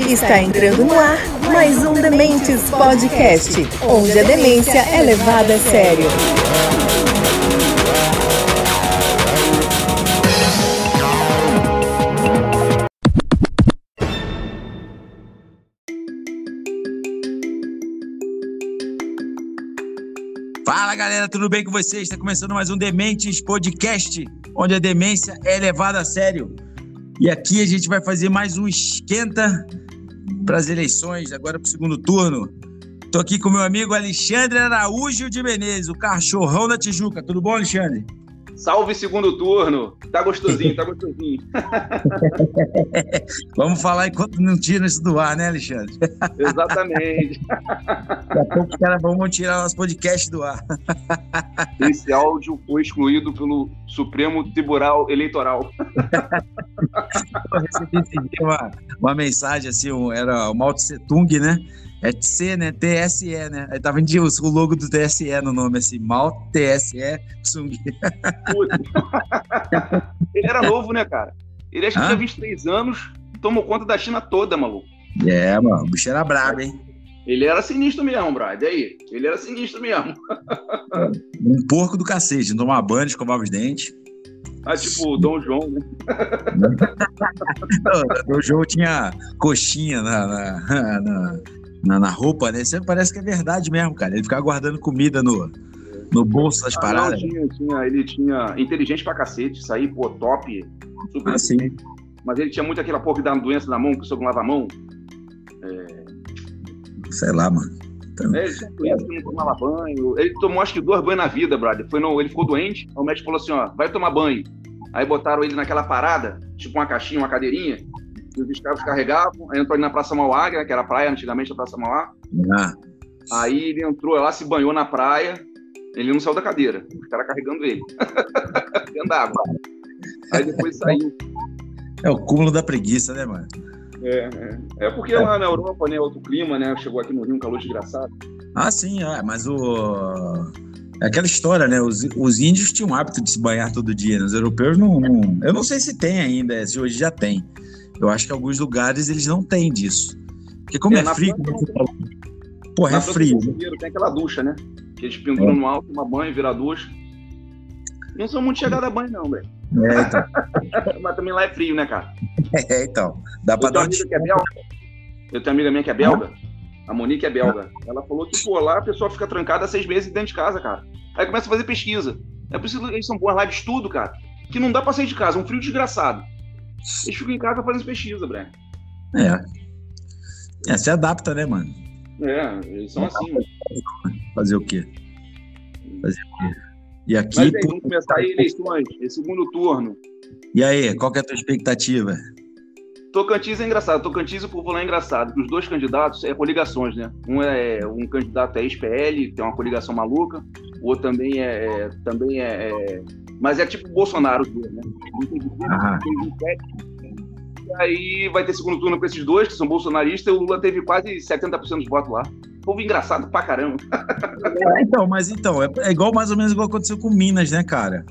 Está entrando no ar mais um Dementes Podcast, onde a demência é levada a sério. Fala galera, tudo bem com vocês? Está começando mais um Dementes Podcast, onde a demência é levada a sério. E aqui a gente vai fazer mais um esquenta para as eleições, agora para o segundo turno. Estou aqui com meu amigo Alexandre Araújo de Menezes, o cachorrão da Tijuca. Tudo bom, Alexandre? Salve segundo turno. Tá gostosinho, tá gostosinho. Vamos falar enquanto não tira isso do ar, né, Alexandre? Exatamente. Daqui a pouco os caras vão tirar nosso podcast do ar. Esse áudio foi excluído pelo Supremo Tribunal Eleitoral. Eu recebi esse dia uma mensagem assim, era o Mao Tse Tung, né? É TSE, né? TSE, né? Aí tava o logo do TSE no nome, assim, Mao TSE Tsung. Ele era novo, né, cara? Ele acho que tinha 23 anos, tomou conta da China toda, maluco. É, mano, o bicho era brabo, hein? Ele era sinistro mesmo, brother. E aí? Ele era sinistro mesmo. Um porco do cacete, não tomava banho, escovava os dentes. Ah, tipo o Dom João, né? O João tinha coxinha na roupa, né? Sempre parece que é verdade mesmo, cara. Ele ficava guardando comida no bolso das paradas. Não, ele tinha inteligente pra cacete, isso aí, pô, top, super sim. Mas ele tinha muito aquela porra que dá doença na mão, que você não lava a mão. Sei lá, mano. Então... Ele tinha doença que não tomava banho. Ele tomou acho que 2 banhos na vida, brother. Ele ficou doente, aí o médico falou assim, ó, vai tomar banho. Aí botaram ele naquela parada, tipo uma caixinha, uma cadeirinha, que os escravos carregavam, aí entrou ali na Praça Mauá, que era a praia antigamente, a Praça Mauá. Aí ele entrou lá, se banhou na praia, ele não saiu da cadeira, os caras carregando ele, dentro d'água. Aí depois saiu. É o cúmulo da preguiça, né, mano? É porque lá na Europa, né, outro clima, né, chegou aqui no Rio um calor desgraçado. Ah, sim, mas é aquela história, né? Os índios tinham o hábito de se banhar todo dia, né? Os europeus não... Eu não sei se tem ainda, se hoje já tem. Eu acho que em alguns lugares eles não têm disso. Porque como é frio... Porra, é frio. Tem aquela ducha, né? Que eles penduram no alto, tomam banho, viram a ducha. Não são muito chegados a banho, não, velho. Então. Mas também lá é frio, né, cara? Então. Dá pra dar Eu tenho uma amiga minha que é belga. A Monique é belga. Ela falou que, pô, lá a pessoa fica trancada 6 meses dentro de casa, cara. Aí começa a fazer pesquisa. É por isso que eles são bons lá de estudo, cara. Que não dá pra sair de casa, um frio desgraçado. Eles ficam em casa fazendo pesquisa, Breno. Se adapta, né, mano? Eles são assim, mano. Fazer o quê? E aqui... Mas aí, vamos começar aí eleições, esse segundo turno. E aí, qual que é a tua expectativa? Tocantins é engraçado. Tocantins, o povo lá é engraçado. Os 2 candidatos é coligações, né? Um candidato é ex-PL, tem uma coligação maluca. O outro também mas é tipo Bolsonaro, os 2, né? E aí vai ter segundo turno com esses 2, que são bolsonaristas, e o Lula teve quase 70% dos votos lá. Povo engraçado pra caramba. É igual, mais ou menos igual aconteceu com Minas, né, cara?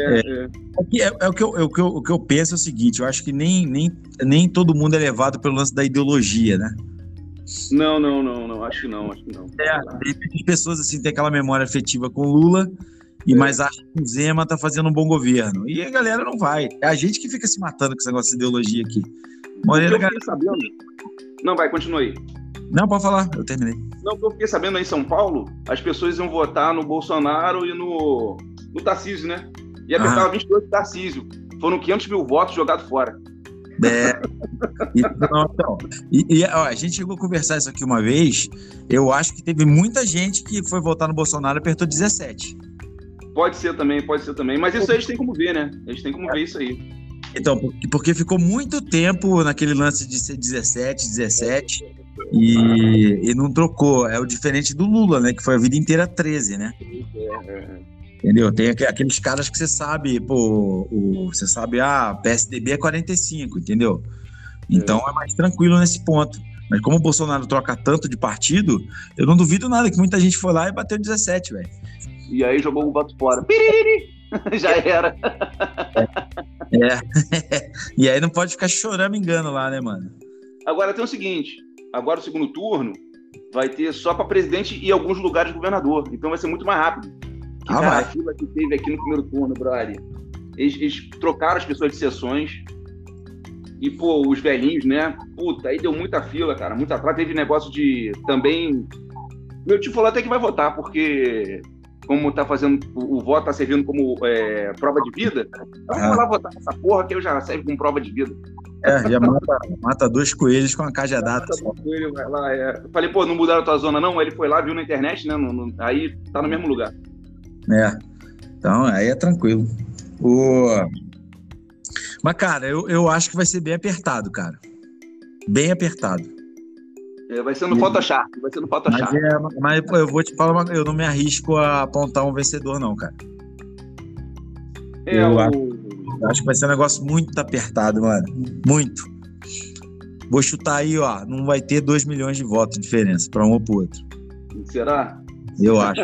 O que eu penso é o seguinte, eu acho que nem todo mundo é levado pelo lance da ideologia, né? Não, acho que não. Tem pessoas assim, tem aquela memória afetiva com o Lula, mas acham que o Zema tá fazendo um bom governo. E a galera não vai. É a gente que fica se matando com esse negócio de ideologia aqui. Não, vai, continua aí. Não, pode falar, eu terminei. Não, o que eu fiquei sabendo aí em São Paulo, as pessoas iam votar no Bolsonaro e no Tarcísio, né? E apertava 22 do Tarcísio. Foram 500 mil votos jogados fora. A gente chegou a conversar isso aqui uma vez. Eu acho que teve muita gente que foi votar no Bolsonaro e apertou 17. Pode ser também. Mas isso aí eles têm como ver, né? Eles têm como ver isso aí. Então, porque ficou muito tempo naquele lance de ser 17 e não trocou. É o diferente do Lula, né? Que foi a vida inteira 13, né? Entendeu? Tem aqueles caras que você sabe, você sabe, PSDB é 45, entendeu? Então é mais tranquilo nesse ponto. Mas como o Bolsonaro troca tanto de partido, eu não duvido nada que muita gente foi lá e bateu 17, velho. E aí jogou o voto fora. Piriri! Já era. E aí não pode ficar chorando engano lá, né, mano? Agora tem o seguinte, agora o segundo turno vai ter só para presidente e alguns lugares de governador. Então vai ser muito mais rápido. Cara, a fila que teve aqui no primeiro turno, brother. Eles trocaram as pessoas de sessões. E, pô, os velhinhos, né? Puta, aí deu muita fila, cara. Muita atrás. Teve negócio de também... Meu tio falou até que vai votar, porque como tá fazendo... O voto tá servindo como prova de vida. Eu vou lá votar nessa porra que eu já serve como prova de vida. Já mata 2 coelhos com uma cajadada. Vai lá, Eu falei, pô, não mudaram a tua zona, não? Ele foi lá, viu na internet, né? Aí tá no mesmo lugar. Então, aí é tranquilo. Mas, cara, eu acho que vai ser bem apertado, cara. Bem apertado. Vai ser no Photoshop. Mas pô, eu vou te falar, eu não me arrisco a apontar um vencedor, não, cara. Eu acho que vai ser um negócio muito apertado, mano. Muito. Vou chutar aí, ó. Não vai ter 2 milhões de votos de diferença para um ou pro outro. Será? Eu acho.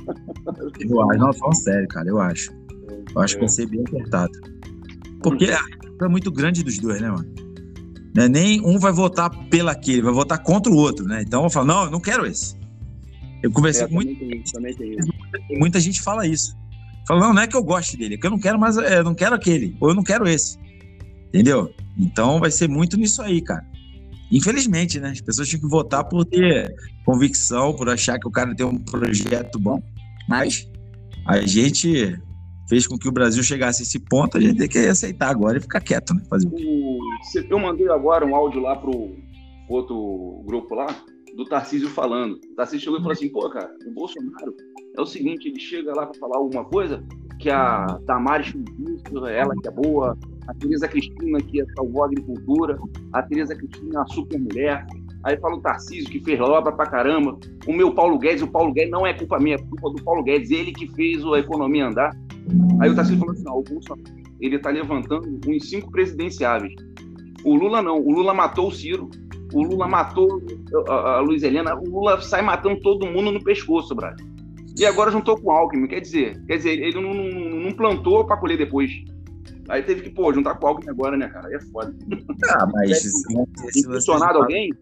Não, falando sério, cara. Eu acho. Eu acho que vai ser bem apertado. Porque é muito grande dos dois, né, mano? Nem um vai votar pela aquele, vai votar contra o outro, né? Então eu falo, não, eu não quero esse. Eu conversei com muita gente fala isso. Fala, não é que eu goste dele, é que eu não quero mais, eu não quero aquele, ou eu não quero esse. Entendeu? Então vai ser muito nisso aí, cara. Infelizmente, né? As pessoas tinham que votar por ter convicção, por achar que o cara tem um projeto bom. Mas a gente fez com que o Brasil chegasse a esse ponto, a gente tem que aceitar agora e ficar quieto, né? Eu mandei agora um áudio lá pro outro grupo lá, do Tarcísio falando. O Tarcísio chegou e falou assim, pô, cara, o Bolsonaro é o seguinte, ele chega lá para falar alguma coisa, que a Damares ela que é boa, a Tereza Cristina que salvou a agricultura, a Tereza Cristina é uma super mulher. Aí fala o Tarcísio, que fez obra pra caramba. O meu Paulo Guedes não é culpa minha, é culpa do Paulo Guedes, ele que fez a economia andar. Aí o Tarcísio falou assim, o Bolsonaro, ele tá levantando uns 5 presidenciáveis. O Lula não, o Lula matou o Ciro, o Lula matou a Luiz Helena, o Lula sai matando todo mundo no pescoço, brother. E agora juntou com o Alckmin, quer dizer, ele não plantou pra colher depois. Aí teve que, juntar com o Alckmin agora, né, cara? Aí é foda. Mas... Impressionado alguém?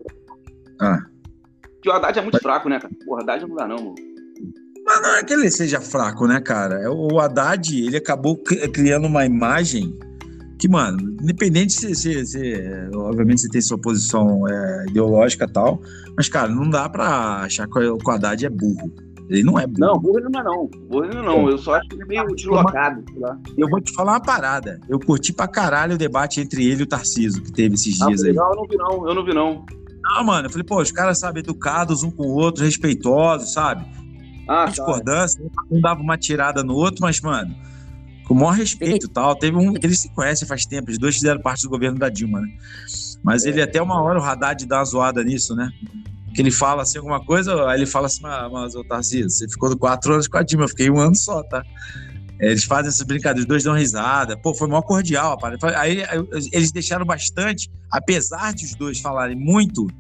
Que o Haddad é muito fraco, né, cara? Porra, Haddad não dá não, mano. Mas não é que ele seja fraco, né, cara? O Haddad, ele acabou criando uma imagem que, mano, independente se obviamente você tem sua posição ideológica e tal, mas, cara, não dá pra achar que o Haddad é burro. Ele não é burro. Não, burro ele não é não. Burro ele não é. Eu só acho que ele é meio deslocado. Eu vou te falar uma parada. Eu curti pra caralho o debate entre ele e o Tarcísio, que teve esses dias aí. Legal, eu não vi não. Não, mano, eu falei, os caras, sabe, educados um com o outro, respeitosos, sabe? Discordância, um dava uma tirada no outro, mas, mano, com o maior respeito e tal. Teve um que eles se conhecem faz tempo, os dois fizeram parte do governo da Dilma, né? Mas ele até uma hora, o Haddad dá uma zoada nisso, né? Que ele fala assim alguma coisa, aí ele fala assim, mas ô Tarcísio, você ficou 4 anos com a Dilma, eu fiquei 1 ano só, tá? Eles fazem essa brincadeira, os dois dão risada, foi mó cordial, rapaz. Aí eles deixaram bastante, apesar de os dois falarem muito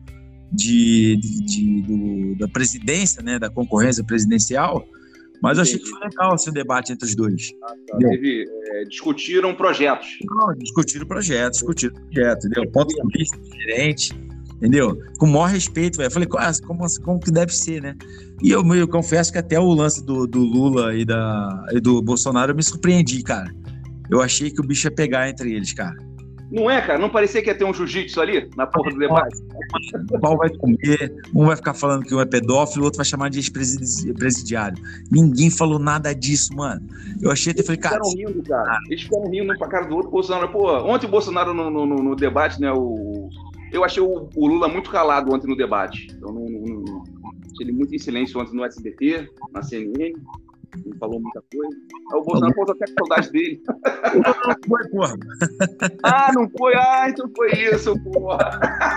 da presidência, né, da concorrência presidencial, mas eu achei que foi legal assim, o debate entre os dois. Discutiram projetos. Não, discutiram projetos, entendeu? Ponto de vista diferente, entendeu? Com o maior respeito, velho. Eu falei, como que deve ser, né? E eu confesso que até o lance do Lula e do Bolsonaro eu me surpreendi, cara. Eu achei que o bicho ia pegar entre eles, cara. Não é, cara? Não parecia que ia ter um jiu-jitsu ali, na porra do debate? O pau vai comer, um vai ficar falando que um é pedófilo, o outro vai chamar de ex-presidiário. Ninguém falou nada disso, mano. Eu achei até, falei, cara... Eles ficaram rindo um pra cara do outro. Bolsonaro, ontem o Bolsonaro no debate, né, eu achei o Lula muito calado ontem no debate. Então, achei ele muito em silêncio ontem no SBT, na CNN. Não falou muita coisa. Aí o Bolsonaro falou até com saudade dele. Não foi, porra. Não foi? Então foi isso, porra.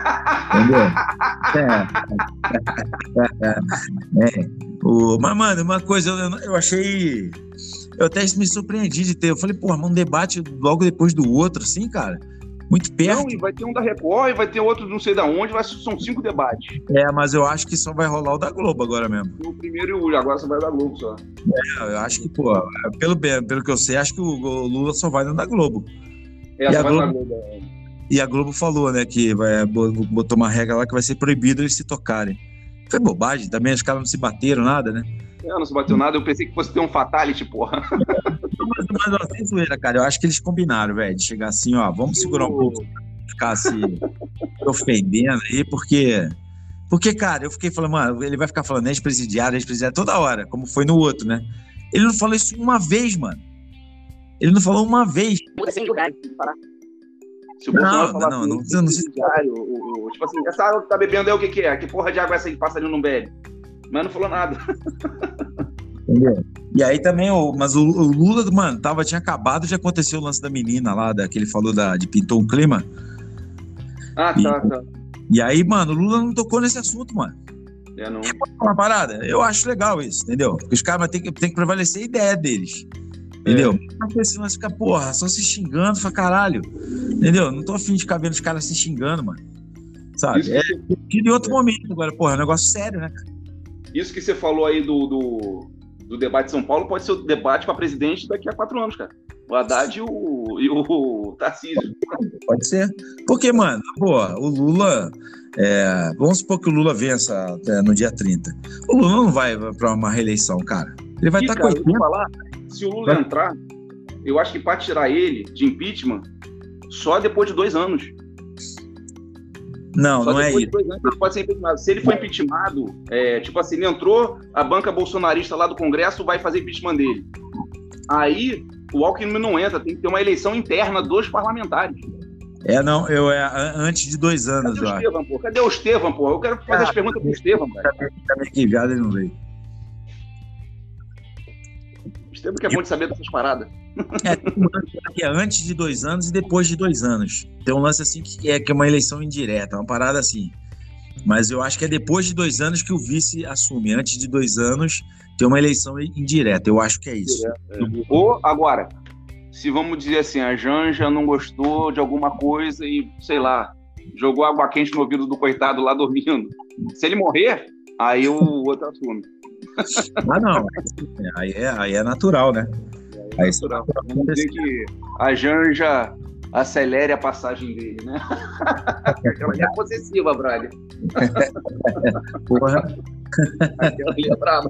Entendeu? Mas, mano, uma coisa, eu achei... Eu até me surpreendi de ter... Eu falei, porra, um debate logo depois do outro, assim, cara... Muito perto. Não, e vai ter um da Record e vai ter outro não sei da onde, são 5 debates. Mas eu acho que só vai rolar o da Globo agora mesmo. O primeiro e o último, agora só vai o da Globo só. Eu acho que, pelo que eu sei, acho que o Lula só vai no da Globo. Só vai no da Globo. E a Globo falou, né, que botou uma regra lá que vai ser proibido eles se tocarem. Foi bobagem, também os caras não se bateram, nada, né? Não se bateu nada, eu pensei que fosse ter um fatality, porra. Mas sem zoeira, cara, eu acho que eles combinaram, velho, de chegar assim, ó, vamos segurar um pouco, ficar se ofendendo aí, porque, cara, eu fiquei falando, mano, ele vai ficar falando ex-presidiário toda hora, como foi no outro, né? Ele não falou isso uma vez, mano. Ele não falou uma vez. Se o Bolsonaro falar não tipo assim, essa água que tá bebendo é o que é? Que porra de água é essa que passarinho não bebe? Mas não falou nada. Entendeu? E aí também, mas o Lula, mano, tinha acabado de acontecer o lance da menina lá, que ele falou de pintou um clima. Tá. E aí, mano, o Lula não tocou nesse assunto, mano. Não. Uma parada, eu acho legal isso, entendeu? Porque os caras têm que prevalecer a ideia deles. Entendeu? Mas senão fica, porra, só se xingando, fala caralho. Entendeu? Não tô afim de ficar vendo os caras se xingando, mano. Sabe? Em outro momento agora, porra, é um negócio sério, né, cara? Isso que você falou aí do debate de São Paulo pode ser o debate para presidente daqui a 4 anos, cara. O Haddad e o Tarcísio. Pode ser. Porque, mano, porra, o Lula. Vamos supor que o Lula vença no dia 30. O Lula não vai pra uma reeleição, cara. Ele vai estar com 80. Se o Lula entrar, eu acho que para tirar ele de impeachment, só depois de 2 anos. Não é isso. Ele pode ser impeachmentado. Se ele for impeachmentado, tipo assim, ele entrou, a banca bolsonarista lá do Congresso vai fazer impeachment dele. Aí, o Alckmin não entra, tem que ter uma eleição interna dos parlamentares. Antes de 2 anos, eu acho. Cadê o Estevam, pô? Eu quero fazer as perguntas pro Estevam, cara. Tá que viado, ele não veio. O Estevam que é bom de saber dessas paradas. É antes de 2 anos e depois de 2 anos. Tem um lance assim que é uma eleição indireta, uma parada assim. Mas eu acho que é depois de 2 anos que o vice assume. Antes de 2 anos tem uma eleição indireta. Eu acho que é isso. Ou agora, se vamos dizer assim, a Janja não gostou de alguma coisa e, sei lá, jogou água quente no ouvido do coitado lá dormindo. Se ele morrer, aí o outro assume. Não. Aí é natural, né? Aí é natural. Vamos dizer que a Janja acelere a passagem dele, né? Aquela ali é possessiva, brother. Porra. Aquela ali é brava.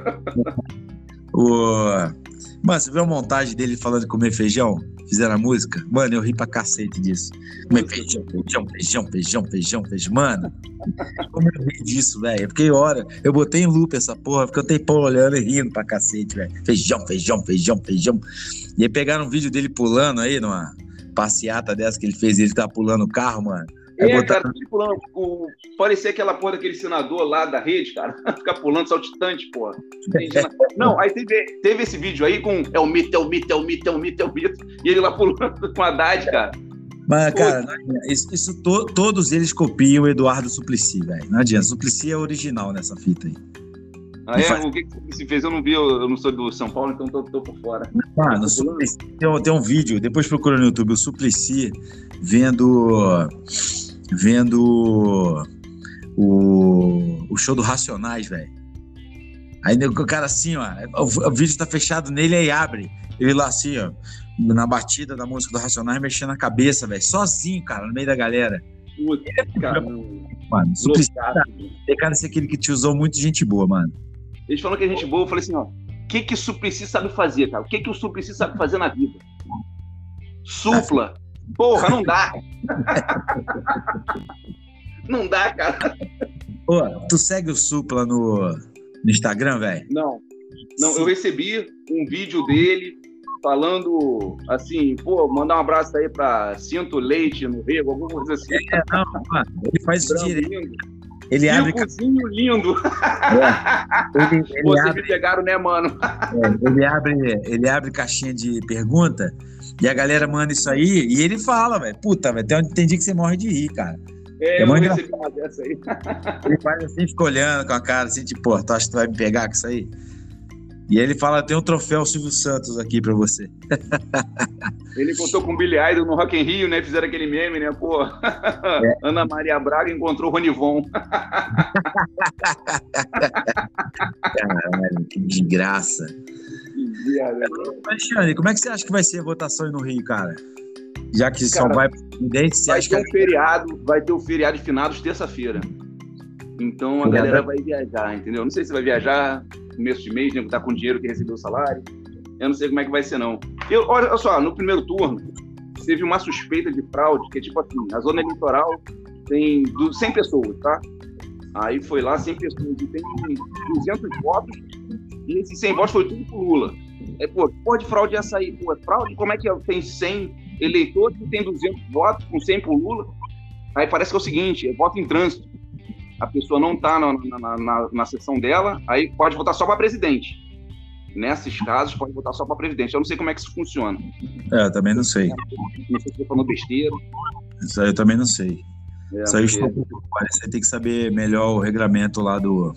Mano, você viu a montagem dele falando de comer feijão? Fizeram a música? Mano, eu ri pra cacete disso. Comer feijão. Mano, como eu ri disso, velho? Porque eu botei em loop essa porra, fiquei um tempão olhando e rindo pra cacete, velho. Feijão. E aí pegaram um vídeo dele pulando aí, numa passeata dessa que ele fez, ele tá pulando o carro, mano. Cara, pulando, parecia aquela porra daquele senador lá da rede, cara. Ficar pulando saltitante, porra. Não, aí teve esse vídeo aí com é o mito. E ele lá pulando com a Haddad, cara. Mas, cara, todos eles copiam o Eduardo Suplicy, velho. Não adianta. Suplicy é original nessa fita aí. O que se fez? Eu não vi, eu não sou do São Paulo, então tô por fora. Mano, tem um vídeo, depois procura no YouTube, o Suplicy vendo o show do Racionais, velho. Aí o cara assim, ó, o vídeo tá fechado nele, aí abre. Ele lá assim, ó, na batida da música do Racionais, mexendo a cabeça, velho, sozinho, cara, no meio da galera. Puta, cara. Mano, Suplicy, cara, esse é aquele que te usou muito gente boa, mano. Eles falam que é gente boa, eu falei assim, ó, o que o Suplicy sabe fazer, cara? O que o Suplicy sabe fazer na vida? Supla. Porra, não dá. Não dá, cara. Pô, tu segue o Supla no Instagram, velho? Não, eu recebi um vídeo dele falando assim, mandar um abraço aí pra Cinto Leite no Rego, alguma coisa assim. Mano, ele faz isso direito. Ele abre cozinho lindo. Vocês me pegaram, né, mano? Ele abre caixinha de pergunta e a galera manda isso aí e ele fala, velho. Puta, velho, tem dia que você morre de rir, cara. Eu não recebi uma dessa aí. Ele faz assim, fica olhando com a cara assim, tipo, tu acha que tu vai me pegar com isso aí? E ele fala, tem um troféu Silvio Santos aqui pra você. Ele contou com o Billy Idol no Rock in Rio, né? Fizeram aquele meme, né? Pô, Ana Maria Braga encontrou o Ronivon. Caralho, que desgraça. Alexandre, como é que você acha que vai ser a votação aí no Rio, cara? Já que só vai para Independência, você acha que... Vai ter um feriado de finados terça-feira. Então a galera vai viajar, entendeu? Não sei se vai viajar no começo de mês, né? Tá com dinheiro que recebeu o salário. Eu não sei como é que vai ser, não. Olha só, no primeiro turno, teve uma suspeita de fraude, que é tipo assim, a zona eleitoral tem 100 pessoas, tá? Aí foi lá 100 pessoas e tem 200 votos, e esses 100 votos foi tudo pro Lula. Pode fraude essa aí? Pô, é fraude? Como é que tem 100 eleitores e tem 200 votos com 100 pro Lula? Aí parece que é o seguinte, é voto em trânsito. A pessoa não tá na sessão dela, aí pode votar só para presidente. Nesses casos, pode votar só para presidente. Eu não sei como é que isso funciona. Eu também não sei. Não sei se você falou besteira. Isso aí eu também não sei. Isso aí você tem que saber melhor o regramento lá do...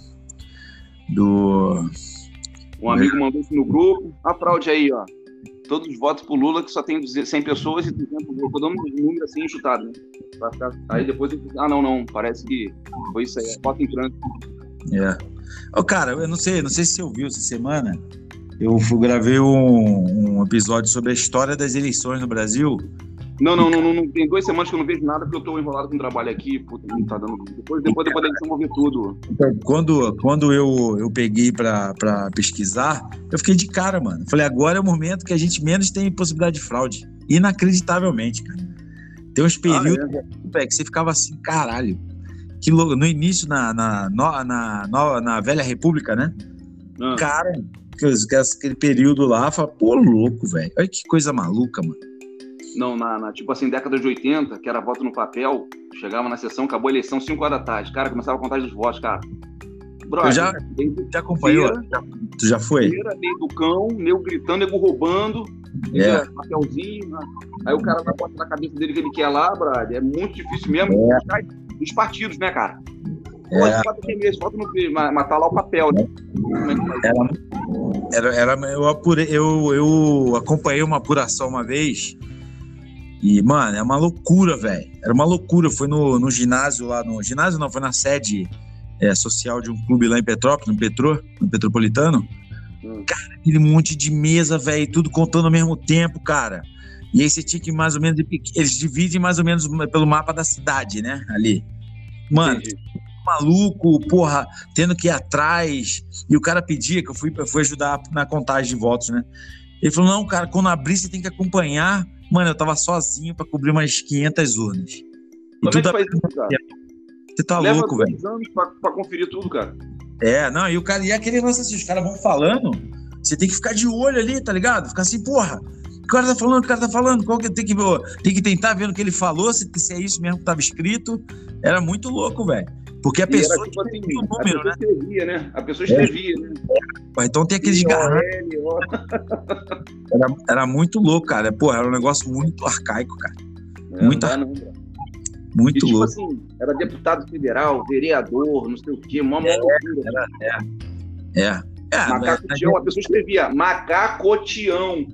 Um amigo mandou isso no grupo. A fraude aí, ó. Todos os votos pro Lula, que só tem 100 pessoas e 200 votos. Tô dando um número assim, chutado, né? Aí depois... não. Parece que foi isso aí. Voto em trânsito. Cara, eu não sei se você ouviu essa semana. Eu gravei um episódio sobre a história das eleições no Brasil. Não, tem 2 semanas que eu não vejo nada porque eu tô enrolado com o trabalho aqui. Puta, não tá dando. Depois da edição eu vou ver tudo. Quando eu peguei pra pesquisar, eu fiquei de cara, mano. Falei, agora é o momento que a gente menos tem possibilidade de fraude. Inacreditavelmente, cara. Tem uns períodos que você ficava assim, caralho. Que louco. No início, na Velha República, né? Cara, aquele período lá, fala, pô, louco, velho. Olha que coisa maluca, mano. Não, tipo assim, década de 80, que era voto no papel, chegava na sessão, acabou a eleição 5 horas da tarde. Cara, começava a contagem dos votos, cara. Brother, já acompanhou? Tu já foi? Meio do cão, nego gritando, nego roubando, papelzinho, né? Aí o cara vai botar na cabeça dele que ele quer lá, brother. É muito difícil mesmo. Os partidos, né, cara? Vota no P, matar lá o papel, né? Eu acompanhei uma apuração uma vez e, mano, é uma loucura, velho. Era uma loucura. Foi no ginásio lá, no ginásio não, foi na sede social de um clube lá em Petrópolis, no Petropolitano. Cara, aquele monte de mesa, velho, tudo contando ao mesmo tempo, cara. E aí você tinha que mais ou menos, eles dividem mais ou menos pelo mapa da cidade, né, ali. Mano, maluco, porra, tendo que ir atrás. E o cara pedia, que eu fui ajudar na contagem de votos, né? Ele falou, não, cara, quando abrir você tem que acompanhar. Mano, eu tava sozinho pra cobrir umas 500 urnas. E como tudo é que faz isso, cara? Você tá louco, velho. Leva 2 anos pra conferir tudo, cara. E o cara, e aquele lance assim, os caras vão falando, você tem que ficar de olho ali, tá ligado? Ficar assim, porra, o cara tá falando, qual que tem que tentar ver o que ele falou, se é isso mesmo que tava escrito. Era muito louco, velho. Porque a pessoa tipo assim, o número, né? Escrevia, né? A pessoa escrevia, né? Então tem aqueles garranchos. Era muito louco, cara. Porra, era um negócio muito arcaico, cara. Muito louco. Tipo assim, era deputado federal, vereador, não sei o quê, uma loucura. Macacotião, a pessoa escrevia Macacotião.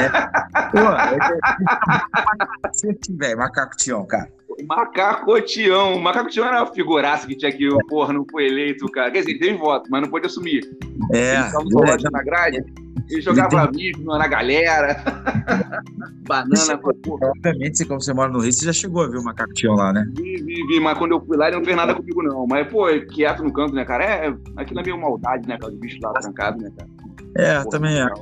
Macacotião, cara. Macacotião. Macacotião era uma figuraça que tinha que, porra, não foi eleito, cara. Quer dizer, ele teve voto, mas não pôde assumir. Ele na grade, ele jogava bicho na galera. Banana, porra. Obviamente, como você mora no Rio, você já chegou a ver o Macacotião lá, né? Vi, mas quando eu fui lá, ele não fez nada comigo, não. Mas, pô, quieto no canto, né, cara? Aquilo é meio maldade, né, cara? Os bichos lá trancados, né, cara? Também é.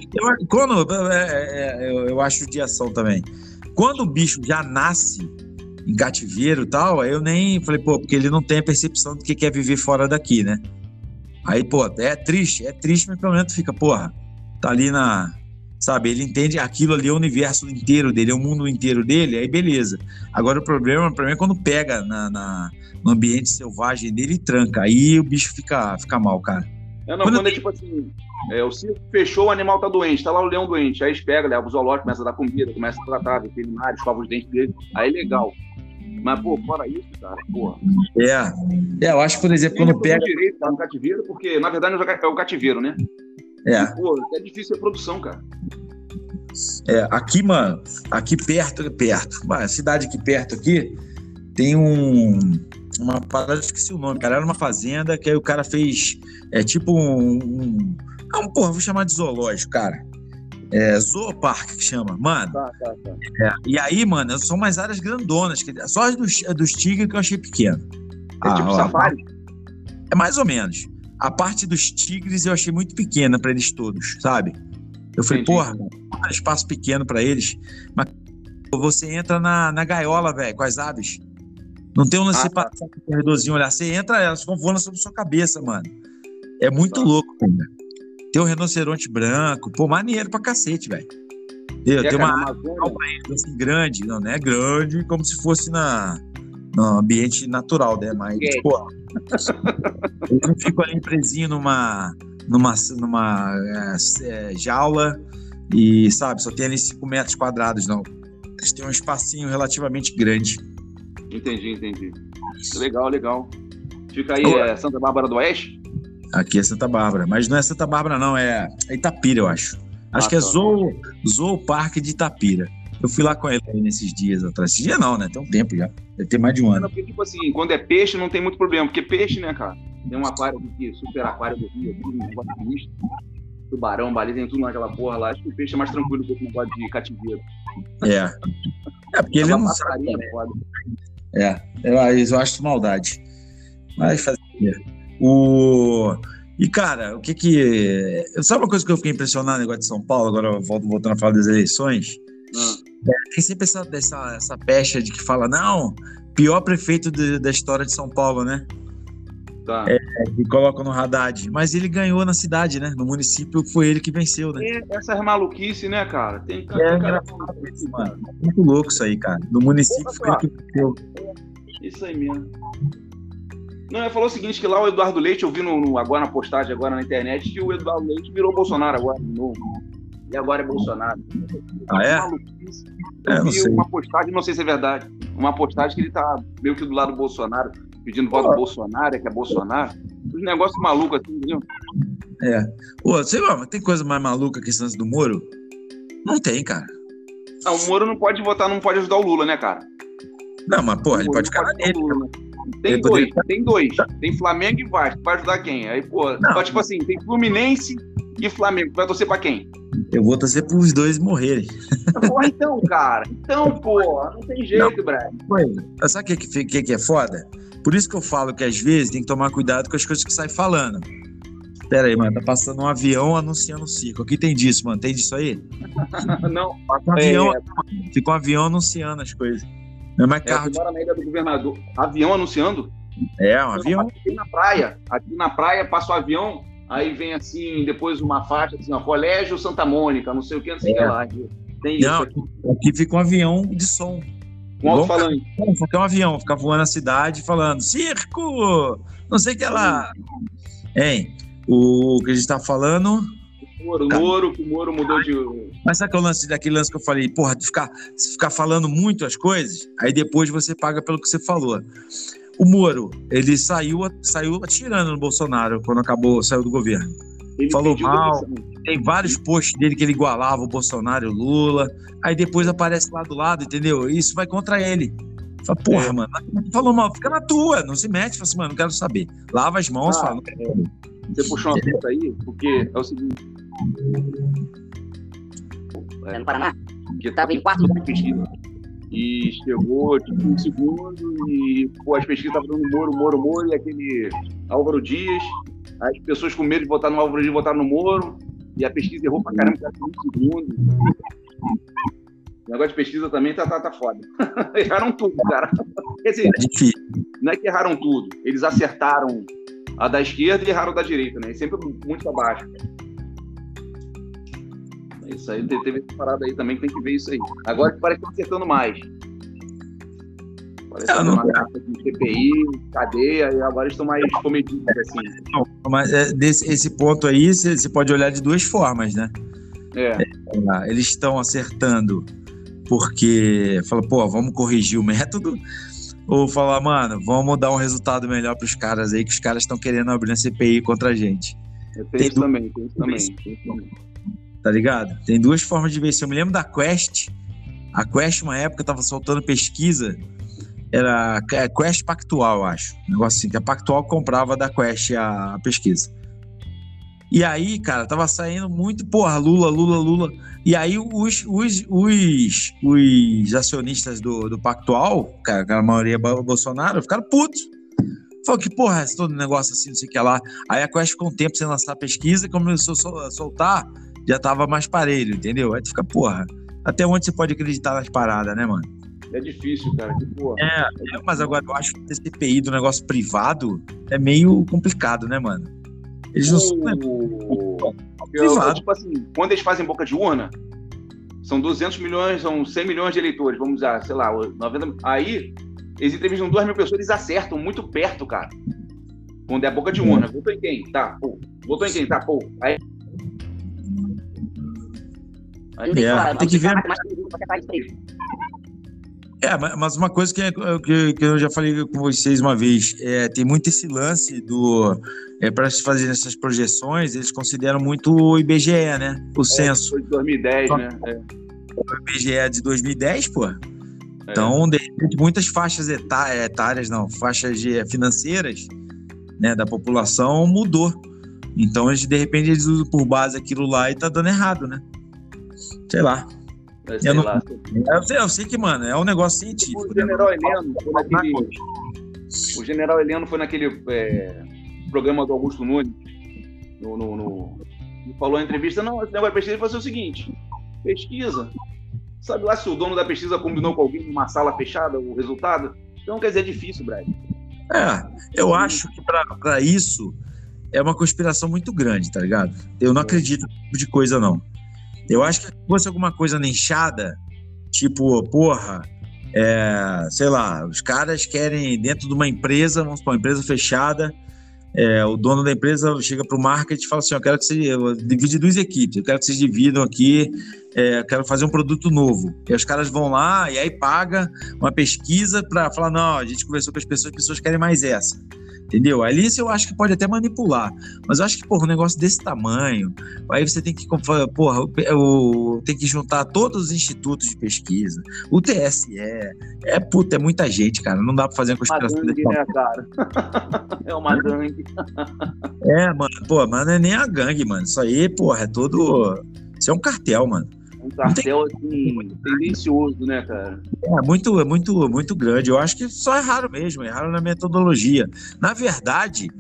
Eu acho judiação também. Quando o bicho já nasce em cativeiro e tal, aí eu nem falei, pô, porque ele não tem a percepção do que é viver fora daqui, né? Aí, pô, é triste, mas pelo menos fica, porra, tá ali sabe, ele entende aquilo ali é o universo inteiro dele, é o mundo inteiro dele, aí beleza. Agora o problema pra mim é quando pega no ambiente selvagem dele e tranca, aí o bicho fica mal, cara. Quando é tipo assim, o circo fechou, o animal tá doente, tá lá o leão doente, aí eles pegam, leva o zoológico, começa a dar comida, começa a tratar, veterinário, escova os dentes dele, aí legal. Mas, pô, fora isso, cara, porra. Eu acho, por exemplo, quando pega... direito tá no cativeiro, porque, na verdade, é o cativeiro, né? E, pô, é difícil a produção, cara. Aqui, mano, aqui perto, a cidade aqui perto aqui, tem uma parada, esqueci o nome, cara, era uma fazenda que aí o cara fez, tipo porra, vou chamar de zoológico, cara. Zoopark que chama, mano. Tá. E aí, mano, são umas áreas grandonas, só as dos tigres que eu achei pequeno. Tipo safari? É mais ou menos. A parte dos tigres eu achei muito pequena pra eles todos, sabe? Eu falei, porra, espaço pequeno pra eles, mas você entra na gaiola, velho, com as aves. Não tem um lance de passar com o corredorzinho, olhar. Você entra, elas ficam voando sobre sua cabeça, mano. É muito louco, cara. Tem um rinoceronte branco, pô, maneiro pra cacete, velho. Tem uma área assim, grande, não é grande, como se fosse no ambiente natural, né? Mas, pô, eu não fico ali presinho numa jaula e, sabe, só tem ali 5 metros quadrados, não. Eles têm um espacinho relativamente grande. Entendi. Legal. Fica aí, Santa Bárbara do Oeste? Aqui é Santa Bárbara, mas não é Santa Bárbara, não, é Itapira, eu acho. Acho que é Zoopark de Itapira. Eu fui lá com ele nesses dias atrás. Esse dia não, né? Tem um tempo já. Deve ter mais de um ano. Porque, tipo assim, quando é peixe não tem muito problema, porque peixe, né, cara? Tem um aquário aqui, super aquário do Rio, aqui, um negócio de misto. Tubarão, baleia, tem tudo naquela porra lá. Acho que o peixe é mais tranquilo do que o negócio de cativeiro. Porque ele não sabe. Eu acho maldade. Mas fazer. E, cara, o que. Sabe uma coisa que eu fiquei impressionado no negócio de São Paulo? Agora voltando a falar das eleições. Tem sempre essa pecha de que fala, não, pior prefeito da história de São Paulo, né? Tá. Que colocam no Haddad. Mas ele ganhou na cidade, né? No município foi ele que venceu, né? Essas maluquices, né, cara? Tem mano. Muito louco isso aí, cara. No município foi ele que venceu. Isso aí mesmo. Não, ele falou o seguinte, que lá o Eduardo Leite, eu vi agora na postagem, agora na internet, que o Eduardo Leite virou Bolsonaro agora, de novo. E agora é Bolsonaro. Eu vi uma postagem, não sei se é verdade, uma postagem que ele tá meio que do lado do Bolsonaro, pedindo voto do Bolsonaro, que é Bolsonaro. Os negócios malucos assim, entendeu? Sei lá, mas tem coisa mais maluca que esse lance do Moro? Não tem, cara. Não, o Moro não pode votar, não pode ajudar o Lula, né, cara? Não, mas, porra, ele pode ficar nele. Tem dois. Tem Flamengo e Vasco. Vai ajudar quem? Aí, pô, tipo assim, tem Fluminense e Flamengo. Vai torcer pra quem? Eu vou torcer pros dois morrerem. Porra, então, cara. Não tem jeito, Brian. Sabe o que é foda? Por isso que eu falo que às vezes tem que tomar cuidado com as coisas que sai falando. Pera aí, mano, tá passando um avião anunciando o circo. Aqui tem disso, mano. Tem disso aí? Não. Fica um avião anunciando as coisas. Não é mais carro. Mora na ilha do governador. Avião anunciando? Um avião. Aqui na praia passa o avião, aí vem assim, depois uma faixa, assim, ó, Colégio Santa Mônica, não sei o que, não sei o que lá. Tem isso. Aqui fica um avião de som. Um alto-falante. Só que é um avião, fica voando na cidade falando, circo! Não sei o que lá. O que a gente tá falando... O Moro mudou de... Mas sabe aquele lance que eu falei, porra, de ficar falando muito as coisas, aí depois você paga pelo que você falou. O Moro, ele saiu atirando no Bolsonaro quando saiu do governo. Ele falou mal, tem vários posts dele que ele igualava o Bolsonaro e o Lula, aí depois aparece lá do lado, entendeu? Isso vai contra ele. Fala, porra, mano, falou mal, fica na tua, não se mete, fala assim, mano, não quero saber. Lava as mãos, fala, não quero saber. Você puxou uma pergunta aí, porque é o seguinte... no Paraná, que estava em quarto lugar de pesquisa. E chegou tipo, um segundo e as pesquisas estavam dando Moro, e aquele Álvaro Dias. As pessoas com medo de votar no Álvaro Dias votaram no Moro, e a pesquisa errou pra caramba, um segundo. O negócio de pesquisa também tá foda. Erraram tudo, cara. Quer dizer, não é que erraram tudo, eles acertaram a da esquerda e erraram a da direita, né? Sempre muito abaixo. Isso aí, teve essa parada aí também, que tem que ver isso aí. Agora que parece que estão acertando mais. Parece que uma carta de CPI, cadeia, e agora estão mais comedidos, assim. Não, mas esse ponto aí, você pode olhar de duas formas, né? Eles estão acertando porque fala, pô, vamos corrigir o método, ou falar, mano, vamos dar um resultado melhor pros caras aí, que os caras estão querendo abrir a CPI contra a gente. Tem isso também. Tá ligado? Tem duas formas de ver isso. Eu me lembro da Quest. A Quest, uma época, tava soltando pesquisa. Era Quest Pactual, eu acho. Um negócio assim, que a Pactual comprava da Quest a pesquisa. E aí, cara, tava saindo muito, porra, Lula. E aí os acionistas do Pactual, cara, a maioria é Bolsonaro, ficaram putos. Falou que, porra, esse todo negócio assim, não sei o que lá. Aí a Quest ficou um tempo sem lançar a pesquisa e começou a soltar, já tava mais parelho, entendeu? Aí tu fica, porra, até onde você pode acreditar nas paradas, né, mano? É difícil, cara, que porra. Mas agora eu acho que esse CPI do negócio privado é meio complicado, né, mano? Eles não são privado. Tipo assim, quando eles fazem boca de urna, são 200 milhões, são 100 milhões de eleitores, vamos usar, sei lá, 90. Aí, eles entrevistam 2 mil pessoas, eles acertam muito perto, cara. Quando é boca de urna. Votou em quem? Tá, pô. Votou em quem? Tá, pô. Aí tem que ver. Mas uma coisa que eu já falei com vocês uma vez, tem muito esse lance para se fazer essas projeções, eles consideram muito o IBGE, né? O censo. Foi de 2010, né? O IBGE é de 2010, pô. Então, de repente, muitas faixas etárias, faixas financeiras, né, da população mudou. Então, de repente, eles usam por base aquilo lá e tá dando errado, né? Sei lá. Eu sei que, mano, é um negócio científico. O General Heleno foi naquele programa do Augusto Nunes, falou na entrevista, não, esse negócio de pesquisa, ele falou o seguinte, pesquisa, sabe lá se o dono da pesquisa combinou com alguém numa sala fechada o resultado? Então, quer dizer, é difícil, Brad. Eu acho que pra isso é uma conspiração muito grande, tá ligado? Eu não acredito nesse tipo de coisa, não. Eu acho que se fosse alguma coisa nichada, tipo, porra, sei lá, os caras querem, dentro de uma empresa, vamos supor, uma empresa fechada, o dono da empresa chega pro marketing e fala assim, eu quero que você divide 2 equipes, eu quero que vocês dividam aqui, eu quero fazer um produto novo. E os caras vão lá e aí paga uma pesquisa para falar, não, a gente conversou com as pessoas querem mais essa. Entendeu? Ali eu acho que pode até manipular. Mas eu acho que, porra, um negócio desse tamanho, aí você tem que, porra, tem que juntar todos os institutos de pesquisa, o TSE, é muita gente, cara. Não dá pra fazer uma conspiração desse tamanho. Cara? É uma gangue. Mano, pô, mas não é nem a gangue, mano. Isso aí, porra, isso é um cartel, mano. Um cartel, assim, tendencioso, né, cara? Muito grande. Eu acho que só erraram mesmo, erraram na metodologia. Na verdade,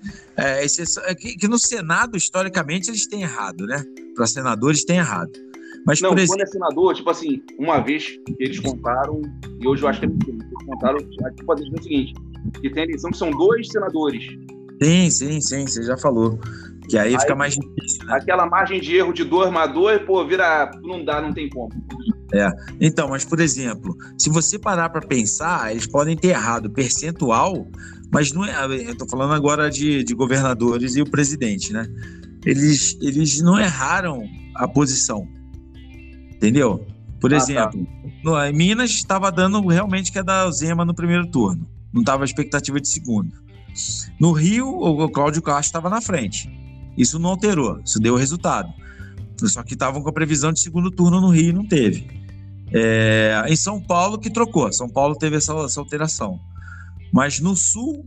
que no Senado, historicamente, eles têm errado, né? Para senadores, tem errado. Mas, não, quando é senador, tipo assim, uma vez eles contaram, e hoje eu acho que é mentira, eles contaram, tipo, o seguinte, que tem a eleição que são 2 senadores. Sim, você já falou. Que aí fica mais difícil, né? Aquela margem de erro de 2+2, pô, não tem como. Então, mas, por exemplo, se você parar para pensar, eles podem ter errado o percentual, mas não é. Eu tô falando agora de governadores e o presidente, né? Eles não erraram a posição. Entendeu? Por exemplo, em Minas estava dando realmente que ia dar o Zema no primeiro turno. Não estava a expectativa de segundo. No Rio, o Cláudio Castro estava na frente. Isso não alterou, isso deu o resultado. Só que estavam com a previsão de segundo turno no Rio e não teve. Em São Paulo que trocou. São Paulo teve essa alteração. Mas no Sul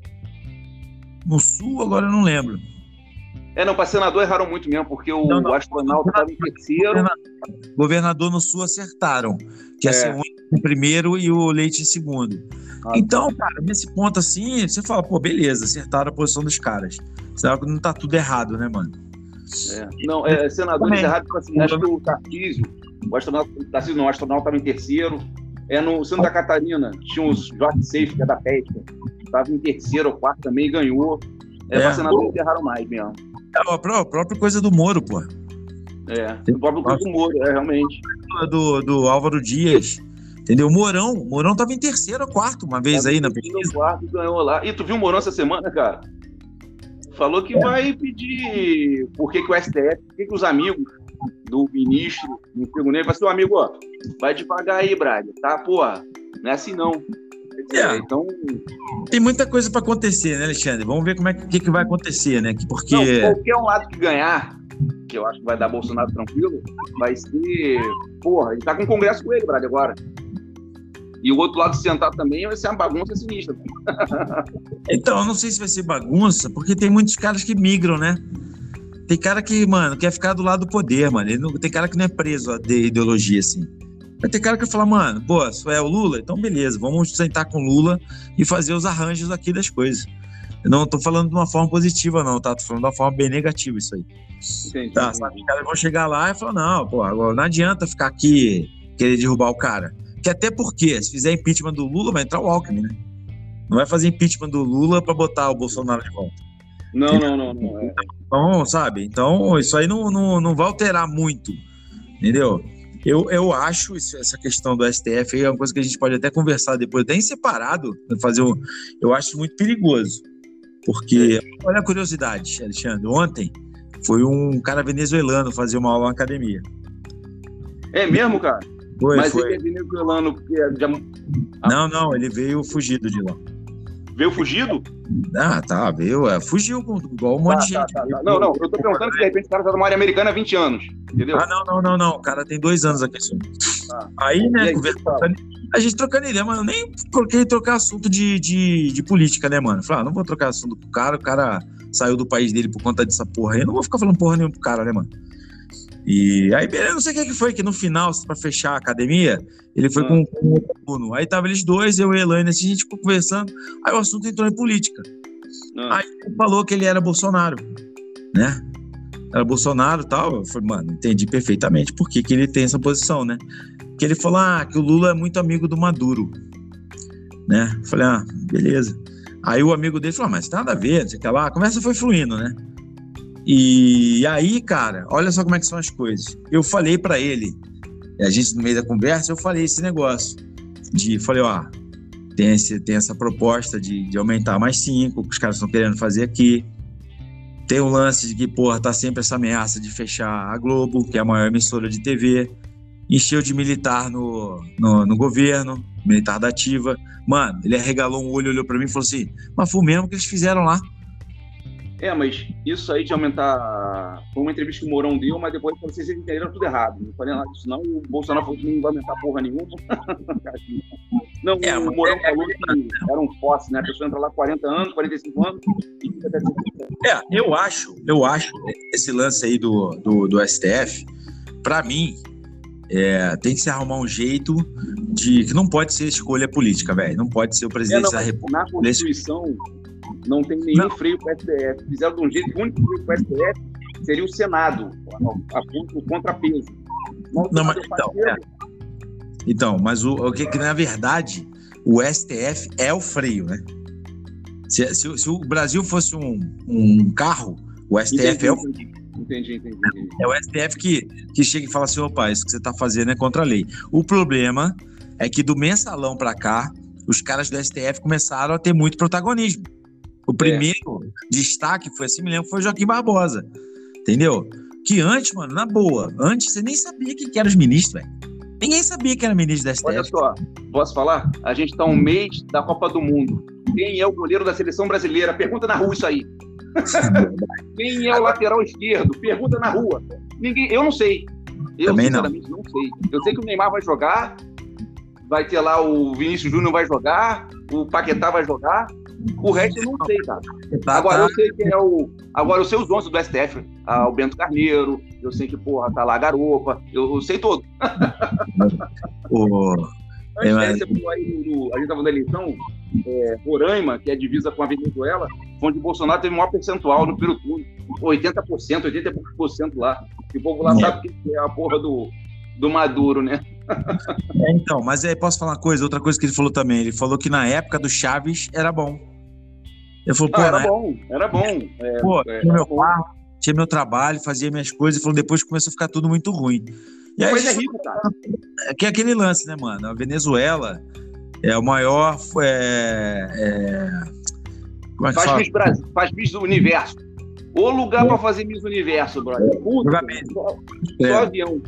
agora eu não lembro. Para senador erraram muito mesmo, porque o astronauta estava em terceiro. Governador no Sul acertaram, que ia ser o em primeiro e o Leite em segundo. Então, cara, nesse ponto assim, você fala, pô, beleza, acertaram a posição dos caras. Será que não tá tudo errado, né, mano? Senadores errados, assim, acho que o Tarcísio, o astronauta estava em terceiro. No Santa Catarina, tinha o Jorge Seixas, que é da pesca, estava em terceiro ou quarto também e ganhou. Para senadores erraram mais mesmo. A própria coisa do Moro, pô. O próprio coisa do Moro, realmente. Do Álvaro Dias. Entendeu? O Mourão tava em terceiro ou quarto uma vez aí na pesquisa. Quarto, ganhou lá. E tu viu o Mourão essa semana, cara? Falou que vai pedir por que o STF, por que os amigos do ministro, no Emprego Negro, vai ser amigo, vai devagar aí, Braga, tá? Porra, não é assim não. Então... Tem muita coisa para acontecer, né, Alexandre? Vamos ver como que vai acontecer, né? Porque... Não, qualquer um lado que ganhar, que eu acho que vai dar Bolsonaro tranquilo, vai ser... Porra, ele tá com o Congresso com ele, Braga, agora. E o outro lado sentado também vai ser uma bagunça sinistra. Então, eu não sei se vai ser bagunça, porque tem muitos caras que migram, né? Tem cara que, mano, quer ficar do lado do poder, mano. Tem cara que não é preso de ideologia, assim. Mas tem cara que fala, mano, pô, se é o Lula, então beleza, vamos sentar com o Lula e fazer os arranjos aqui das coisas. Eu não tô falando de uma forma positiva, não, tá? Tô falando de uma forma bem negativa isso aí. Entendi, tá, sabe? Os caras vão chegar lá e falar, não, pô, agora não adianta ficar aqui querer derrubar o cara. Que até porque, se fizer impeachment do Lula, vai entrar o Alckmin, né? Não vai fazer impeachment do Lula pra botar o Bolsonaro de volta. Não. Então, sabe? Então, isso aí não vai alterar muito, entendeu? Eu acho essa questão do STF é uma coisa que a gente pode até conversar depois, até em separado, eu acho muito perigoso. Porque, olha a curiosidade, Alexandre, ontem foi um cara venezuelano fazer uma aula na academia. É mesmo, cara? Mas foi. ele é venezuelano porque Não, ele veio fugido de lá. Veio fugido? Fugiu igual um monte de gente. Não, eu tô perguntando se de repente o cara tá numa área americana há 20 anos, entendeu? Não, o cara tem 2 anos aqui. Aí, né, a gente trocando ideia, mas eu nem coloquei trocar assunto de política, né, mano? Falei, não vou trocar assunto com o cara saiu do país dele por conta dessa porra aí, eu não vou ficar falando porra nenhuma pro cara, né, mano? E aí, beleza, não sei o que foi, que no final, pra fechar a academia, ele foi com o aluno. Aí tava eles dois, eu e a Elaine, assim, a gente ficou conversando, aí o assunto entrou em política. Aí ele falou que ele era Bolsonaro, né? Era Bolsonaro e tal. Eu falei, mano, entendi perfeitamente por que ele tem essa posição, né? Que ele falou, que o Lula é muito amigo do Maduro, né? Eu falei, beleza. Aí o amigo dele falou, mas nada a ver, não sei o que lá. A conversa foi fluindo, né? E aí, cara, olha só como é que são as coisas. Eu falei pra ele, a gente no meio da conversa, eu falei esse negócio. Falei, tem essa proposta de aumentar mais 5, que os caras estão querendo fazer aqui. Tem o lance de que, porra, tá sempre essa ameaça de fechar a Globo, que é a maior emissora de TV. Encheu de militar no governo, militar da ativa. Mano, ele arregalou um olho, olhou pra mim e falou assim, mas foi o mesmo que eles fizeram lá. Mas isso aí de aumentar... Foi uma entrevista que o Mourão deu, mas depois vocês entenderam tudo errado. Não falei nada disso, não. E o Bolsonaro falou que não vai aumentar porra nenhuma. Não, o Mourão falou que era um fóssil, né? A pessoa entra lá 40 anos, 45 anos e fica até 50 anos. Eu acho esse lance aí do STF, pra mim, tem que se arrumar um jeito de... Que não pode ser escolha política, velho. Não pode ser o presidente da República. Na Constituição... Não tem nenhum freio para o STF. Fizeram de um jeito que o único freio para o STF seria o Senado, o contrapeso. Mas o que na verdade o STF é o freio, né? Se o Brasil fosse um carro, o STF é o freio. Entendi. É o STF que chega e fala assim, opa, isso que você está fazendo é contra a lei. O problema é que do mensalão para cá, os caras do STF começaram a ter muito protagonismo. O primeiro destaque foi assim, me lembro, foi o Joaquim Barbosa, entendeu? Que antes, mano, na boa, antes você nem sabia quem que eram os ministros, velho. Ninguém sabia que era ministro da STF. Olha só, posso falar? A gente tá um mês da Copa do Mundo. Quem é o goleiro da seleção brasileira? Pergunta na rua isso aí. Quem é o lateral esquerdo? Pergunta na rua. Eu não sei. Eu sinceramente não sei. Eu sei que o Neymar vai jogar, vai ter lá o Vinícius Júnior vai jogar, o Paquetá vai jogar. O resto eu não sei, cara. Agora eu sei que Agora eu sei os 11 do STF. O Bento Carneiro, eu sei que, porra, tá lá a Garopa. Eu sei todo. A gente tava na eleição, Roraima, que é divisa com a Venezuela, onde o Bolsonaro teve o maior percentual no primeiro turno. 80%, 80% lá. E o povo lá sabe que é a porra do Maduro, né? Então, mas posso falar uma coisa? Outra coisa que ele falou também. Ele falou que na época do Chaves era bom. Ele falou, era bom. Tinha meu carro, tinha meu trabalho, fazia minhas coisas. Ele falou, depois começou a ficar tudo muito ruim. E aí, rico, cara. Que é aquele lance, né, mano? A Venezuela é o maior... como é que fala? Faz Miss do Universo. O lugar pra fazer Miss Universo, brother. Só avião.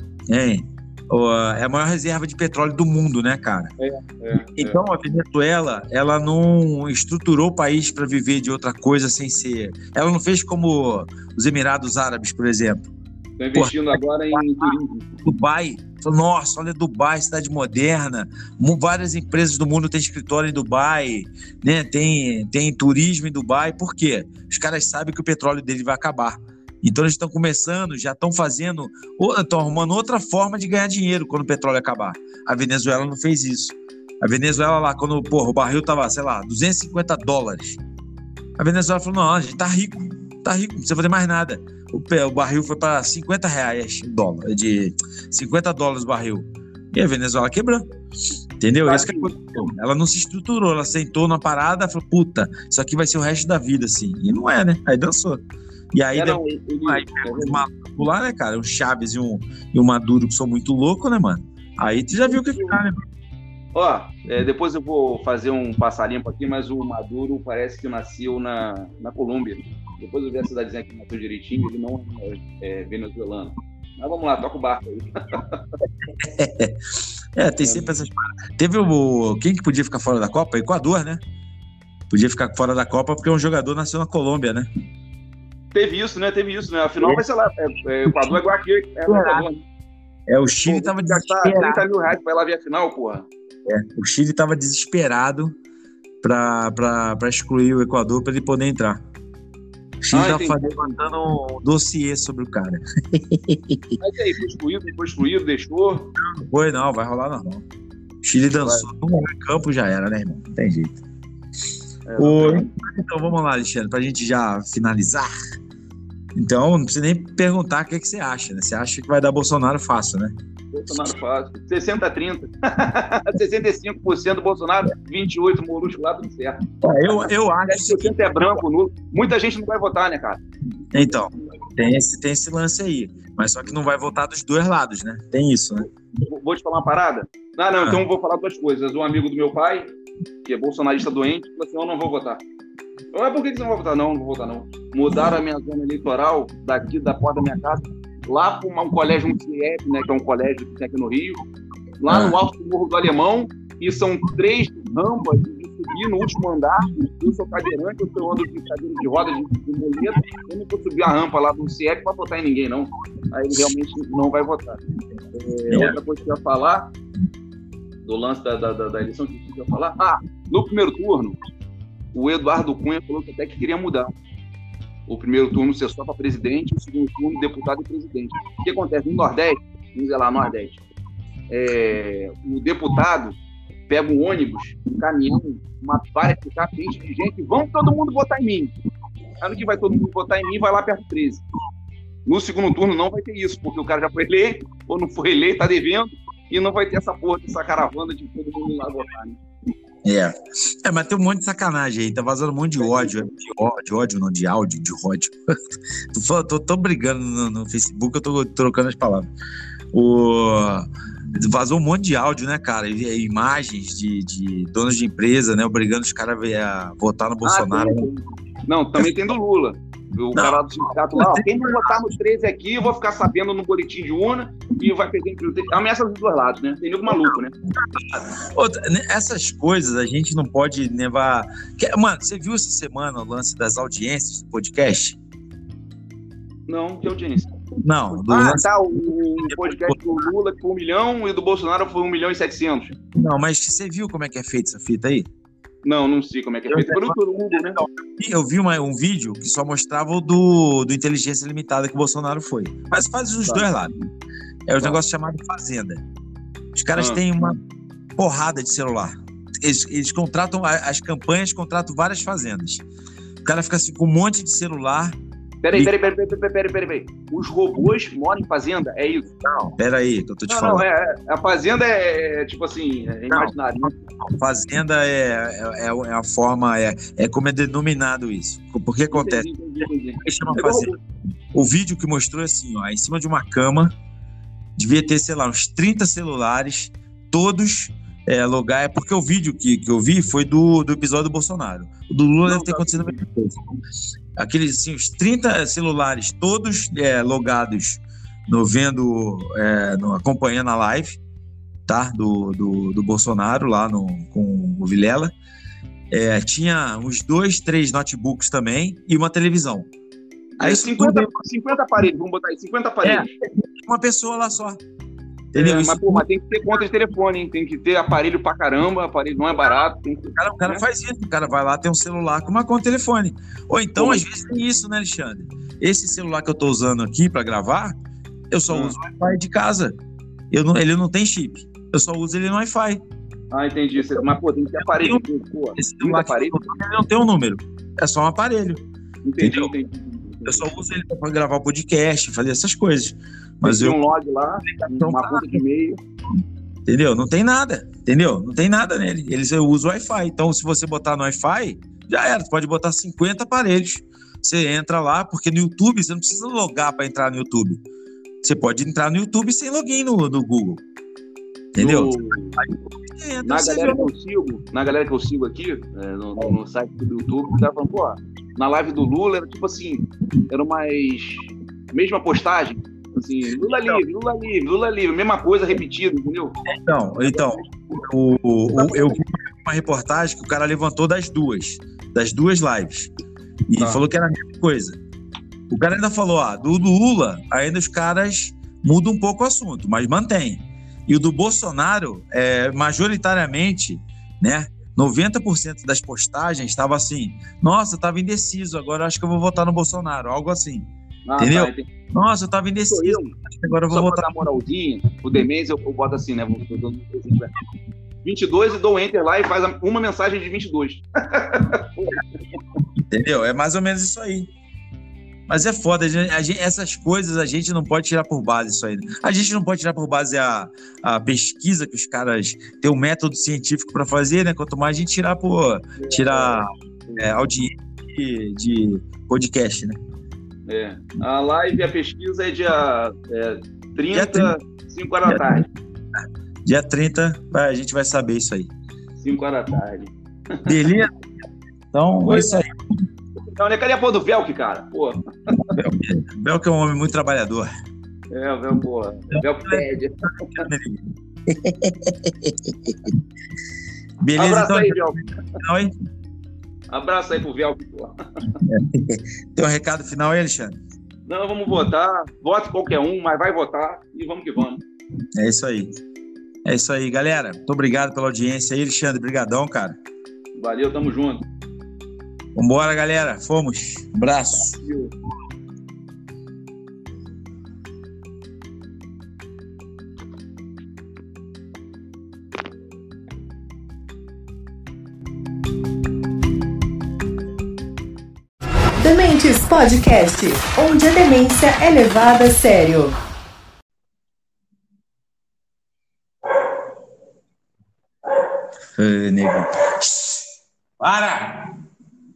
É a maior reserva de petróleo do mundo, né, cara? Então, a Venezuela, ela não estruturou o país para viver de outra coisa sem ser... Ela não fez como os Emirados Árabes, por exemplo. Está investindo agora em turismo. Dubai. Nossa, olha Dubai, cidade moderna. Várias empresas do mundo têm escritório em Dubai, né? Tem turismo em Dubai. Por quê? Os caras sabem que o petróleo dele vai acabar. Então eles estão começando, já estão fazendo, estão arrumando outra forma de ganhar dinheiro quando o petróleo acabar. A Venezuela não fez isso. A Venezuela lá, quando o barril tava, sei lá, $250, a Venezuela falou, não, a gente tá rico, não precisa fazer mais nada. O barril foi para R$50 o dólar, de $50 o barril. E a Venezuela quebrou. Entendeu? Isso que aconteceu. Ela não se estruturou, ela sentou na parada e falou, puta, isso aqui vai ser o resto da vida, assim. E não é, né? Aí dançou. E aí, os malucos lá, né, cara? O Chaves e o Maduro, que são muito loucos, né, mano? Aí tu já viu o que tá, né? Ó, depois eu vou fazer um passalimpo aqui, mas o Maduro parece que nasceu na Colômbia. Depois eu vi a cidadezinha que nasceu direitinho, ele não é venezuelano. Mas vamos lá, toca o barco aí. Tem sempre essas paradas. Teve quem que podia ficar fora da Copa? Equador, né? Podia ficar fora da Copa porque um jogador nasceu na Colômbia, né? Teve isso, né? Afinal, vai ser lá. Equador é igual aqui. Equador, né? O Chile tava desesperado. Gastar R$30 mil pra ir lá ver a final, porra. O Chile tava desesperado pra excluir o Equador pra ele poder entrar. O Chile tava mandando um dossiê sobre o cara. Mas aí, foi excluído, deixou? Não, vai rolar normal. O Chile dançou no campo, já era, né, irmão? Não tem jeito. Então vamos lá, Alexandre, pra gente já finalizar. Então, não precisa nem perguntar o que você acha, né? Você acha que vai dar Bolsonaro fácil, né? Bolsonaro fácil. 60-30. 65% Bolsonaro, 28% Molusco lá, tudo certo. Eu acho que 60% é branco, nulo. Muita gente não vai votar, né, cara? Então, tem esse lance aí. Mas só que não vai votar dos dois lados, né? Tem isso, né? Vou te falar uma parada? Não, então eu vou falar duas coisas. Um amigo do meu pai, que é bolsonarista doente, falou assim, eu não vou votar. Mas por que você não vai votar? Não vou votar, não. Mudaram a minha zona eleitoral daqui da porta da minha casa lá para um colégio, um CIEP, né, que é um colégio que tem aqui no Rio, lá no alto do Morro do Alemão, e são 3 rampas de subir no último andar. Eu sou cadeirante, eu ando de cadeira de roda, de muleta, eu não vou subir a rampa lá do CIEP para votar em ninguém, não. Aí ele realmente não vai votar. Outra coisa que eu ia falar, do lance da eleição que eu ia falar, no primeiro turno, o Eduardo Cunha falou que até que queria mudar. O primeiro turno ser só para presidente, o segundo turno deputado e presidente. O que acontece? No Nordeste, vamos dizer lá, Nordeste, o deputado pega um ônibus, um caminhão, uma várias picapes de gente, vamos todo mundo votar em mim. Ano que vai todo mundo votar em mim, vai lá perto do 13. No segundo turno não vai ter isso, porque o cara já foi eleito, ou não foi eleito, tá devendo, e não vai ter essa porra, essa caravana de todo mundo lá votar, né? Mas tem um monte de sacanagem aí, tá vazando um monte de ódio, de áudio. Tô brigando no Facebook, eu tô trocando as palavras. Vazou um monte de áudio, né, cara? E imagens de donos de empresa, né, obrigando os caras a votar no Bolsonaro. Não, também tem do Lula. O cara do sindicato lá, quem não votar nos 13 aqui, eu vou ficar sabendo no boletim de urna e vai perder. Ameaça dos dois lados, né? Tem nego maluco, né? Essas coisas a gente não pode levar. Mano, você viu essa semana o lance das audiências do podcast? Não, que audiência? Não. O podcast do Lula que foi 1 milhão e do Bolsonaro foi 1.700.000. Não, mas você viu como é que é feita essa fita aí? Não sei como é que é feito. Pelo Google, né? Eu vi um vídeo que só mostrava o do Inteligência Limitada que o Bolsonaro foi. Mas faz os dois lados. É um negócio chamado Fazenda. Os caras têm uma porrada de celular. Eles contratam, as campanhas contratam várias fazendas. O cara fica assim com um monte de celular. Peraí. Os robôs moram em fazenda? É isso? Não, peraí, que eu tô te falando. A fazenda é tipo assim, imaginário. Fazenda é a forma, é como é denominado isso. Por que acontece? Entendi. Chama fazenda. O vídeo que mostrou é assim, ó, em cima de uma cama, devia ter, sei lá, uns 30 celulares, todos logar. É porque o vídeo que eu vi foi do episódio do Bolsonaro. O do Lula deve ter acontecido a mesma coisa. Aqueles, assim, os 30 celulares, todos logados, acompanhando a live, tá? Do Bolsonaro lá com o Vilela. Tinha uns 2, 3 notebooks também e uma televisão. Aí 50 aparelhos, vamos botar aí, 50 aparelhos. Uma pessoa lá só. Entendeu? Mas tem que ter conta de telefone, hein? Tem que ter aparelho pra caramba, aparelho não é barato. Tem que... O cara faz isso, o cara vai lá, tem um celular com uma conta de telefone. Ou então, às vezes, tem isso, né, Alexandre? Esse celular que eu tô usando aqui pra gravar, eu só uso o Wi-Fi de casa. Ele não tem chip. Eu só uso ele no Wi-Fi. Entendi. Mas, tem que ter aparelho. Esse celular aparelho. Ele não tem um número. É só um aparelho. Entendi. Eu só uso ele pra gravar o podcast, fazer essas coisas. Mas tem um log lá, uma conta de e-mail. Entendeu? Não tem nada. Entendeu? Não tem nada nele. Eu uso o Wi-Fi. Então, se você botar no Wi-Fi, já era. Você pode botar 50 aparelhos. Você entra lá, porque no YouTube, você não precisa logar para entrar no YouTube. Você pode entrar no YouTube sem login no Google. Entendeu? Na galera que eu sigo aqui, no site do YouTube, tava falando, pô, na live do Lula era tipo assim, era mesma postagem, assim, Lula livre, mesma coisa repetida, entendeu? Então, eu vi uma reportagem que o cara levantou das duas lives, e falou que era a mesma coisa. O cara ainda falou, do Lula, ainda os caras mudam um pouco o assunto, mas mantém. E o do Bolsonaro, majoritariamente, né, 90% das postagens estava assim, nossa, eu estava indeciso, agora acho que eu vou votar no Bolsonaro, algo assim. Entendeu? Nossa, eu estava indeciso, agora eu vou votar. Só pra dar moralzinha, o Demência eu boto assim, né, 22 e dou enter lá e faz uma mensagem de 22. Entendeu? É mais ou menos isso aí. Mas é foda, essas coisas a gente não pode tirar por base isso aí. A gente não pode tirar por base a pesquisa que os caras têm um método científico para fazer, né? Quanto mais a gente tirar audiência de podcast, né? A live e a pesquisa é dia 30, 5 horas da tarde. Dia 30, a gente vai saber isso aí. 5 horas da tarde. Beleza? Então, é isso aí. Então, cadê a porra do Velk, cara? Porra. Velk é um homem muito trabalhador. O Velk, porra. Velk pede. Beleza, abraço então. Aí, Velk. Oi? Abraço aí pro Velk, porra. Tem um recado final aí, Alexandre? Não, vamos votar. Vote qualquer um, mas vai votar e vamos que vamos. É isso aí. É isso aí, galera. Muito obrigado pela audiência aí, Alexandre. Brigadão, cara. Valeu, tamo junto. Vambora, galera. Fomos. Abraço. Dementes Podcast, onde a demência é levada a sério. Nego. Para!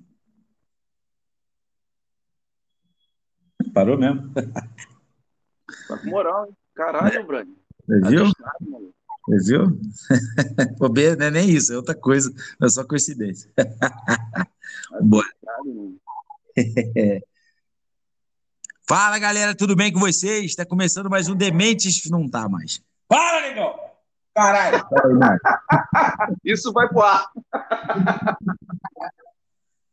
Parou mesmo. Tá com moral, hein? Caralho, Brani. Você viu? Pô, não é nem isso, é outra coisa. É só coincidência. Bora. Fala, galera, tudo bem com vocês? Está começando mais um Dementes, não tá mais. Fala, negão! Caralho! Isso vai pro ar.